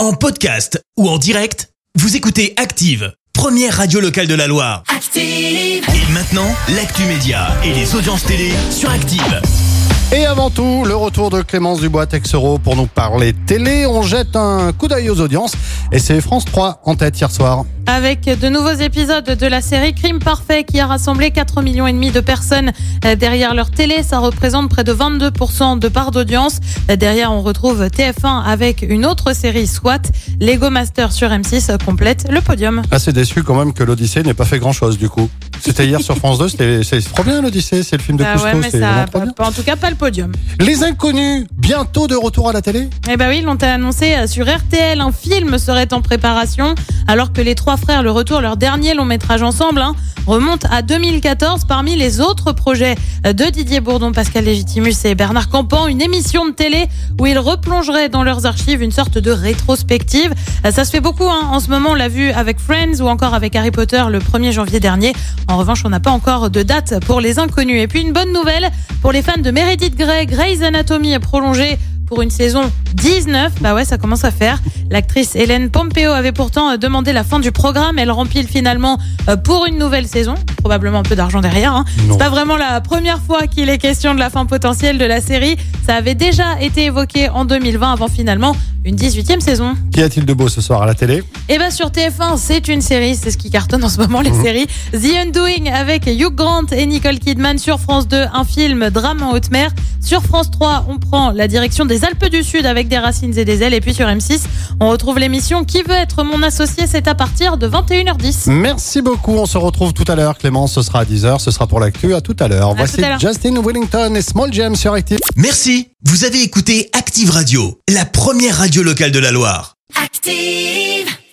En podcast ou en direct, vous écoutez Active, première radio locale de la Loire. Active! Et maintenant, l'actu média et les audiences télé sur Active. Et avant tout, le retour de Clémence Dubois-Texero pour nous parler télé. On jette un coup d'œil aux audiences et c'est France 3 en tête hier soir. Avec de nouveaux épisodes de la série Crime Parfait qui a rassemblé 4,5 millions de personnes derrière leur télé. Ça représente près de 22% de part d'audience. Derrière, on retrouve TF1 avec une autre série SWAT. Lego Master sur M6 complète le podium. Assez déçu quand même que l'Odyssée n'ait pas fait grand chose du coup. C'était hier sur France 2, c'est trop bien l'Odyssée, c'est le film de Cousteau. Ouais, mais c'est ça, trop bien. en tout cas pas le podium. Les Inconnus, bientôt de retour à la télé? Eh ben oui, ils l'ont annoncé sur RTL. Un film serait en préparation, alors que les trois frères Le Retour, leur dernier long métrage ensemble, remonte à 2014. Parmi les autres projets de Didier Bourdon, Pascal Légitimus et Bernard Campan, une émission de télé où ils replongeraient dans leurs archives une sorte de rétrospective. Ça se fait beaucoup en ce moment, on l'a vu avec Friends ou encore avec Harry Potter le 1er janvier dernier. En revanche, on n'a pas encore de date pour Les Inconnus. Et puis une bonne nouvelle pour les fans de Meredith Grey, Grey's Anatomy est prolongée pour une saison 19. Bah ouais, ça commence à faire. L'actrice Hélène Pompeo avait pourtant demandé la fin du programme. Elle rempile finalement pour une nouvelle saison. Probablement un peu d'argent derrière. C'est pas vraiment la première fois qu'il est question de la fin potentielle de la série. Ça avait déjà été évoqué en 2020 avant finalement une 18e saison. Qu'y a-t-il de beau ce soir à la télé? Eh ben sur TF1, c'est une série, c'est ce qui cartonne en ce moment les séries. The Undoing avec Hugh Grant et Nicole Kidman. Sur France 2, un film drame en haute mer. Sur France 3, on prend la direction des Alpes du Sud avec des racines et des ailes. Et puis sur M6, on retrouve l'émission Qui veut être mon associé? C'est à partir de 21h10. Merci beaucoup, on se retrouve tout à l'heure Clémence, ce sera à 10h, ce sera pour l'actu, à tout à l'heure. Voici tout à l'heure. Justin Wellington et Small Jam sur Active. Merci, vous avez écouté Active Radio, la première radio locale de la Loire. Active!